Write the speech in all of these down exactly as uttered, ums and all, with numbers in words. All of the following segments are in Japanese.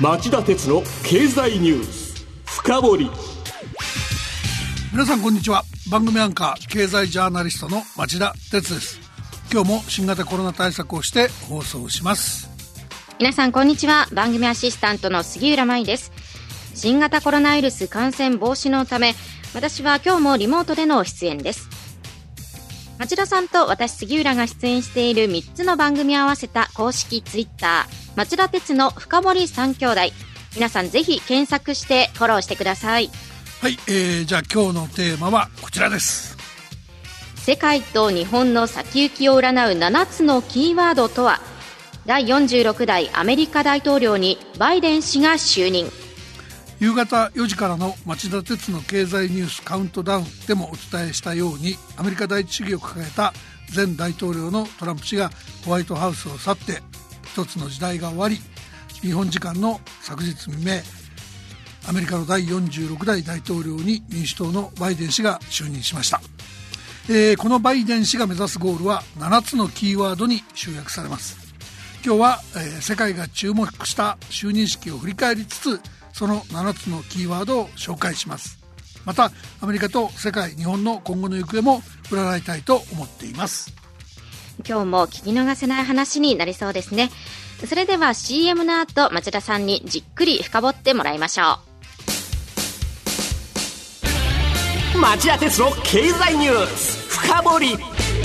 町田鉄の経済ニュース深掘り。 皆さんこんにちは。番組アンカー経済ジャーナリストの町田鉄です。今日も新型コロナ対策をして放送します。 皆さんこんにちは。番組アシスタントの杉浦舞です。新型コロナウイルス感染防止のため、私は今日もリモートでの出演です。町田さんと私杉浦が出演しているみっつの番組を合わせた公式ツイッター、町田鉄の深掘り三兄弟、皆さんぜひ検索してフォローしてください。 はい、えー、じゃあ今日のテーマはこちらです。 世界と日本の先行きを占うななつのキーワードとは。だいよんじゅうろく代アメリカ大統領にバイデン氏が就任。 夕方よじからの町田鉄の経済ニュースカウントダウンでもお伝えしたように、アメリカ第一主義を掲げた前大統領のトランプ氏がホワイトハウスを去って一つの時代が終わり、日本時間の昨日未明、アメリカのだいよんじゅうろく代大統領に民主党のバイデン氏が就任しました。えー、このバイデン氏が目指すゴールはななつのキーワードに集約されます。今日は、えー、世界が注目した就任式を振り返りつつ、そのななつのキーワードを紹介します。またアメリカと世界、日本の今後の行方も占いたいと思っています。 今日も聞き逃せない話になりそうですね。それでは シーエム の後、町田さんにじっくり深掘ってもらいましょう。町田鉄の経済ニュース深掘り。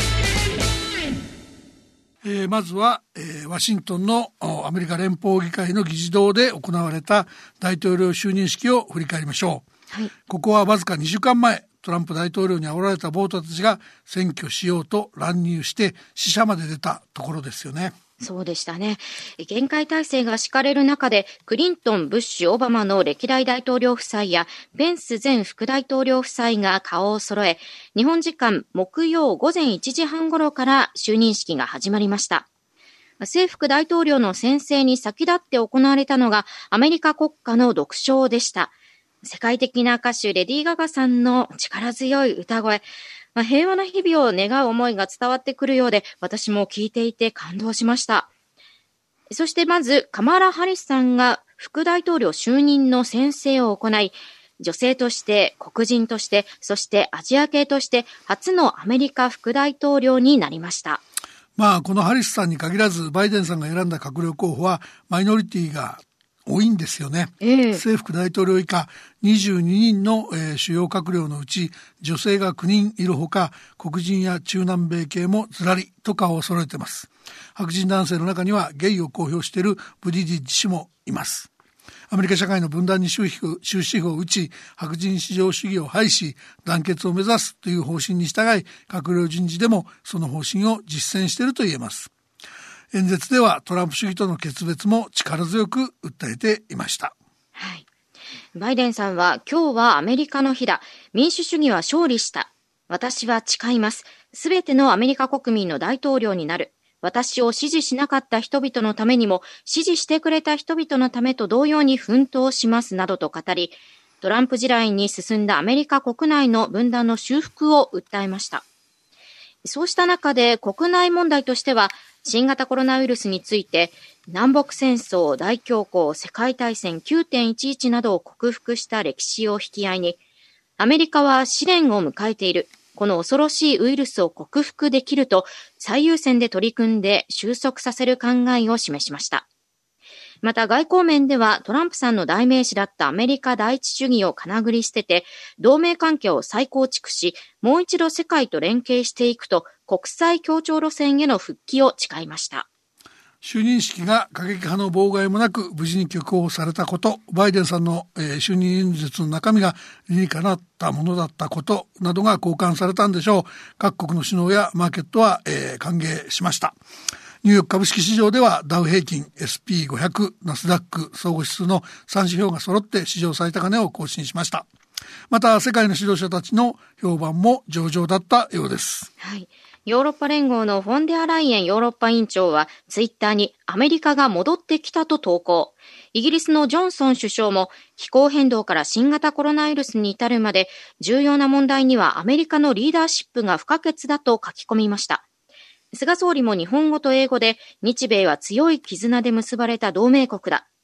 えー、まずは、えー、ワシントンのアメリカ連邦議会の議事堂で行われた大統領就任式を振り返りましょう。はい、ここはわずかにしゅうかんまえ、トランプ大統領に煽られた暴徒たちが選挙しようと乱入して死者まで出たところですよね。 そうでしたね。厳戒態勢が敷かれる中で、クリントン、ブッシュ、オバマの歴代大統領夫妻やペンス前副大統領夫妻が顔を揃え、日本時間木曜午前いちじはん頃から就任式が始まりました。正副大統領の宣誓に先立って行われたのがアメリカ国歌の独唱でした。世界的な歌手レディー・ガガさんの力強い歌声、まあ、平和な日々を願う思いが伝わってくるようで、私も聞いていて感動しました。そしてまずカマラ・ハリスさんが副大統領就任の宣誓を行い、女性として黒人としてそしてアジア系として初のアメリカ副大統領になりました。 まあこのハリスさんに限らず、バイデンさんが選んだ閣僚候補はマイノリティが多いんですよね。えー、正副大統領以下にじゅうににんの、えー、主要閣僚のうち女性がきゅうにんいるほか、黒人や中南米系もずらりと顔を揃えています。白人男性の中にはゲイを公表しているブディジッジ氏もいます。アメリカ社会の分断に終止符を打ち、白人至上主義を廃し団結を目指すという方針に従い、閣僚人事でもその方針を実践していると言えます。演説ではトランプ主義との決別も力強く訴えていました。 はい、バイデンさんは、今日はアメリカの日だ。民主主義は勝利した。私は誓います。すべてのアメリカ国民の大統領になる。私を支持しなかった人々のためにも、支持してくれた人々のためと同様に奮闘しますなどと語り、トランプ時代に進んだアメリカ国内の分断の修復を訴えました。そうした中で国内問題としては、新型コロナウイルスについて、南北戦争、大恐慌、世界大戦 きゅうてんいちいち などを克服した歴史を引き合いに、アメリカは試練を迎えている。この恐ろしいウイルスを克服できると最優先で取り組んで収束させる考えを示しました。また外交面では、トランプさんの代名詞だったアメリカ第一主義をかなぐり捨てて、同盟関係を再構築し、もう一度世界と連携していくと国際協調路線への復帰を誓いました。 就任式が過激派の妨害もなく無事に挙行されたこと、バイデンさんの、えー、就任演説の中身が理にかなったものだったことなどが好感されたんでしょう。各国の首脳やマーケットは、えー、歓迎しました。ニューヨーク株式市場ではダウ平均、エスピーごひゃく、ナスダック総合指数のさん指標が揃って史上最高値を更新しました。また世界の指導者たちの評判も上々だったようです。 はい、ヨーロッパ連合のフォンデアライエンヨーロッパ委員長はツイッターにアメリカが戻ってきたと投稿。イギリスのジョンソン首相も気候変動から新型コロナウイルスに至るまで重要な問題にはアメリカのリーダーシップが不可欠だと書き込みました。菅総理も日本語と英語で日米は強い絆で結ばれた同盟国だ。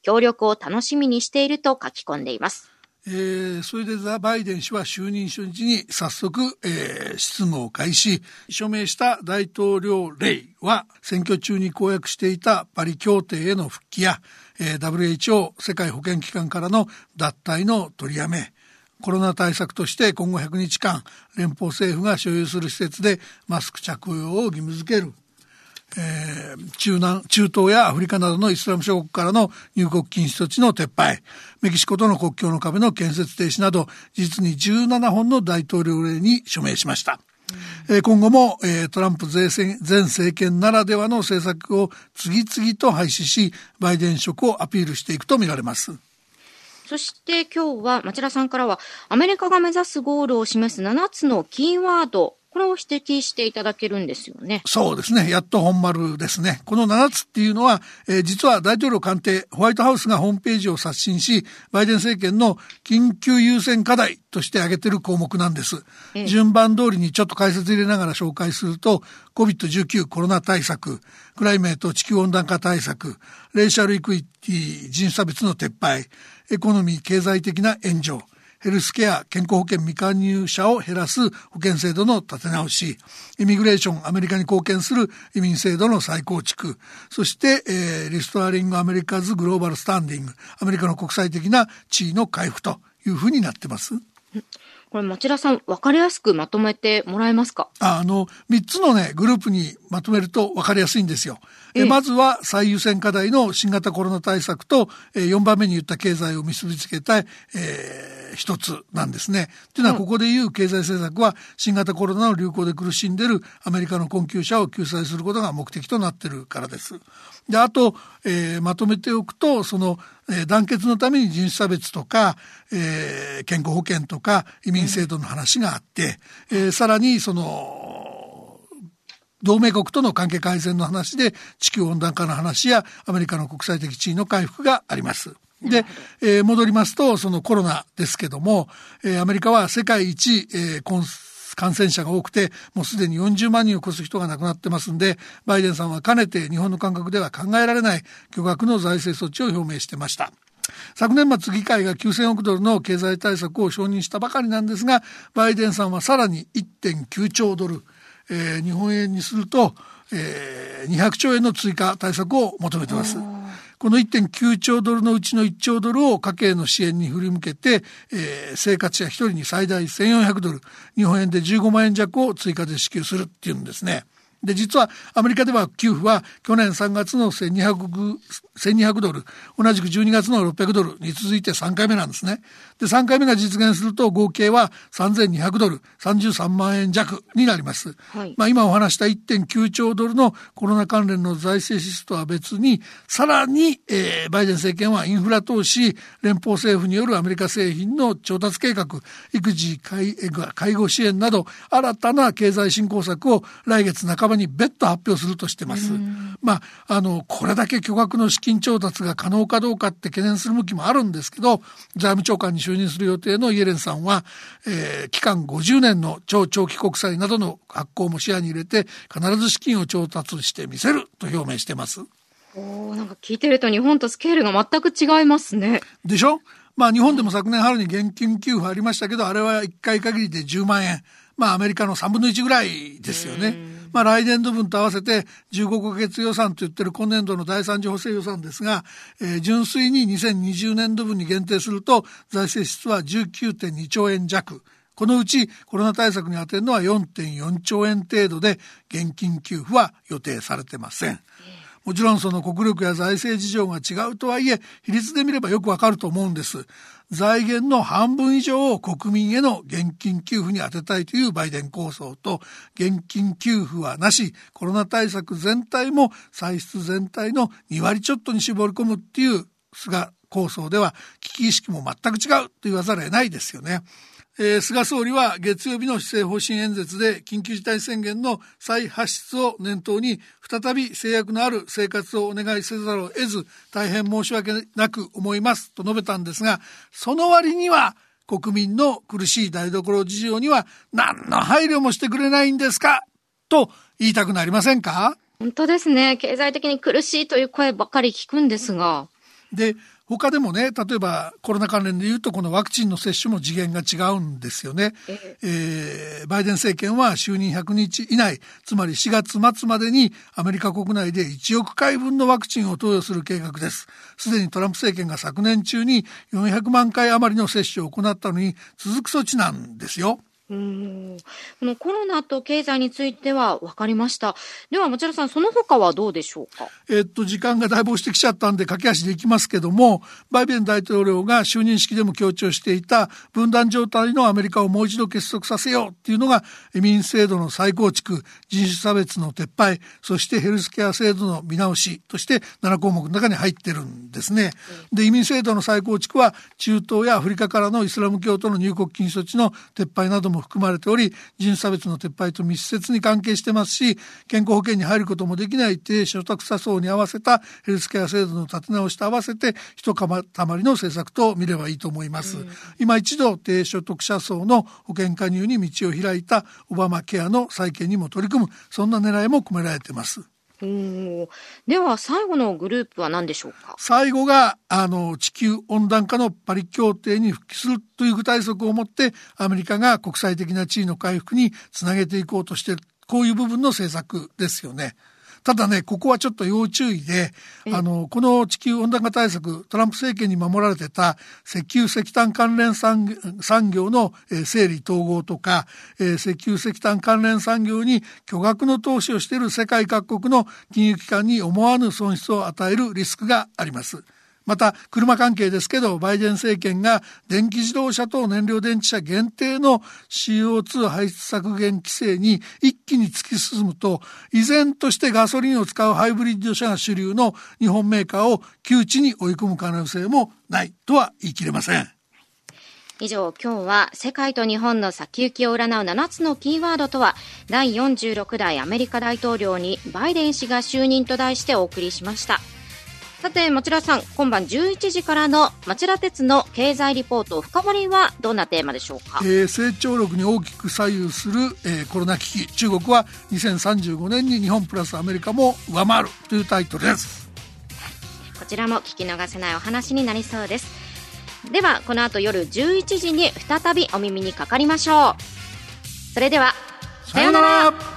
協力を楽しみにしていると書き込んでいます。 えー、それでザ・バイデン氏は就任初日に早速、えー、執務を開始。署名した大統領令は選挙中に公約していたパリ協定への復帰や、えー、ダブリューエイチオー 世界保健機関からの脱退の取りやめ、コロナ対策として今後ひゃくにちかん連邦政府が所有する施設でマスク着用を義務付ける、えー、中南、中東やアフリカなどのイスラム諸国からの入国禁止措置の撤廃、メキシコとの国境の壁の建設停止など実にじゅうななほんの大統領令に署名しました。うん、えー、今後も、えー、トランプ前政権ならではの政策を次々と廃止し、バイデン色をアピールしていくとみられます。 そして今日は町田さんからはアメリカが目指すゴールを示すななつのキーワード、これを指摘していただけるんですよね。 そうですね。やっと本丸ですね。このななつっていうのは、えー、実は大統領官邸、ホワイトハウスがホームページを刷新し、バイデン政権の緊急優先課題として挙げている項目なんです。ええ、順番通りにちょっと解説入れながら紹介すると、コビッドじゅうきゅう コロナ対策、クライメート地球温暖化対策、レーシャルイクイティ人種差別の撤廃、エコノミー経済的な援助、ヘルスケア健康保険未加入者を減らす保険制度の立て直し、イミグレーションアメリカに貢献する移民制度の再構築、そして、えー、リストアリングアメリカズグローバルスタンディング、アメリカの国際的な地位の回復というふうになってます。 これ町田さん、分かりやすくまとめてもらえますか？ あ、あのみっつのねグループにまとめると分かりやすいんですよ。ええ、まずは最優先課題の新型コロナ対策と、えー、よんばんめに言った経済を結びつけたい、えー、一つなんですね。というのは、ここでいう経済政策は新型コロナの流行で苦しんでいるアメリカの困窮者を救済することが目的となっているからです。で、あと、えー、まとめておくと、その、えー、団結のために人種差別とか、えー、健康保険とか移民制度の話があって、うん、えー、さらにその同盟国との関係改善の話で地球温暖化の話やアメリカの国際的地位の回復があります。で、えー、戻りますと、そのコロナですけども、えー、アメリカは世界一、えー、感染者が多くて、もうすでによんじゅうまんにんを超す人が亡くなってますんで、バイデンさんはかねて日本の感覚では考えられない巨額の財政措置を表明してました。昨年末議会がきゅうせんおくドルの経済対策を承認したばかりなんですが、バイデンさんはさらに いってんきゅうちょうドル、えー、日本円にすると、えー、にひゃくちょうえんの追加対策を求めています。この いってんきゅうちょうドルのうちのいっちょうドルを家計の支援に振り向けて、えー、生活者ひとりに最大せんよんひゃくドル、日本円でじゅうごまんえん弱を追加で支給するっていうんですね。で、実はアメリカでは給付は去年さんがつのせんにひゃくドル、同じくじゅうにがつのろっぴゃくドルに続いてさんかいめなんですね。で、さんかいめが実現すると合計はさんぜんにひゃくドル、さんじゅうさんまんえん弱になります。はい、まあ、今お話した いってんきゅうちょうドルのコロナ関連の財政支出とは別に、さらに、えー、バイデン政権はインフラ投資、連邦政府によるアメリカ製品の調達計画、育児、介護支援など新たな経済振興策を来月半ばに別途発表するとしてます。まあ、あのこれだけ巨額の資金調達が可能かどうかって懸念する向きもあるんですけど、財務長官に就任する予定のイエレンさんは、えー、期間ごじゅうねんの超長期国債などの発行も視野に入れて必ず資金を調達してみせると表明してます。 おー、なんか聞いてると日本とスケールが全く違いますね。 でしょ。まあ、日本でも昨年春に現金給付ありましたけど、あれはいっかい限りでじゅうまんえん、まあアメリカのさんぶんのいちぐらいですよね。まあ来年度分と合わせてじゅうごかげつ予算と言ってる今年度のだいさん次補正予算ですが、えー、純粋ににせんにじゅうねんどぶんに限定すると財政支出は じゅうきゅうてんにちょうえん弱。このうちコロナ対策に充てるのは よんてんよんちょうえん程度で、現金給付は予定されてません。もちろんその国力や財政事情が違うとはいえ、比率で見ればよくわかると思うんです。財源の半分以上を国民への現金給付に充てたいというバイデン構想と、現金給付はなし、コロナ対策全体も歳出全体のにわりちょっとに絞り込むっていう菅構想では危機意識も全く違うと言わざるを得ないですよね。えー、菅総理は月曜日の施政方針演説で緊急事態宣言の再発出を念頭に、再び制約のある生活をお願いせざるを得ず大変申し訳なく思いますと述べたんですが、その割には国民の苦しい台所事情には何の配慮もしてくれないんですかと言いたくなりませんか？ 本当ですね。経済的に苦しいという声ばかり聞くんですが、 で他でもね、例えばコロナ関連でいうとこのワクチンの接種も次元が違うんですよね。ええー、バイデン政権は就任ひゃくにち以内、つまりしがつ末までにアメリカ国内でいちおくかいぶんのワクチンを投与する計画です。すでにトランプ政権が昨年中によんひゃくまんかい余りの接種を行ったのに続く措置なんですよ。 うーん、このコロナと経済については分かりました。では町田さん、その他はどうでしょうか。 えっと時間がだいぶ押してきちゃったんで駆け足でいきますけども、バイデン大統領が就任式でも強調していた分断状態のアメリカをもう一度結束させようっていうのが移民制度の再構築、人種差別の撤廃、そしてヘルスケア制度の見直しとしてななこうもくの中に入ってるんですね。で移民制度の再構築は中東やアフリカからのイスラム教徒の入国禁止措置の撤廃なども含まれており、人種差別の撤廃と密接に関係してますし、健康保険に入ることもできない低所得者層に合わせたヘルスケア制度の立て直しと合わせて一たまりの政策と見ればいいと思います。うん、今一度低所得者層の保険加入に道を開いたオバマケアの再建にも取り組む、そんな狙いも込められています。 おでは最後のグループは何でしょうか。 最後があの地球温暖化のパリ協定に復帰するという具体則を持ってアメリカが国際的な地位の回復につなげていこうとしている、こういう部分の政策ですよね。ただね、ここはちょっと要注意で、あのこの地球温暖化対策、トランプ政権に守られてた石油石炭関連産, 産業の、えー、整理統合とか、えー、石油石炭関連産業に巨額の投資をしている世界各国の金融機関に思わぬ損失を与えるリスクがあります。また車関係ですけど、バイデン政権が電気自動車と燃料電池車限定の シーオーツー 排出削減規制に一気に突き進むと、依然としてガソリンを使うハイブリッド車が主流の日本メーカーを窮地に追い込む可能性もないとは言い切れません。 以上、今日は世界と日本の先行きを占うななつのキーワードとは、だいよんじゅうろくだいアメリカ大統領にバイデン氏が就任と題してお送りしました。さて町田さん、今晩じゅういちじからの町田鉄の経済リポート深掘りはどんなテーマでしょうか。 えー、成長力に大きく左右する、えー、コロナ危機、中国はにせんさんじゅうごねんに日本プラスアメリカも上回るというタイトルです。 こちらも聞き逃せないお話になりそうです。ではこの後夜じゅういちじに再びお耳にかかりましょう。それではさようなら。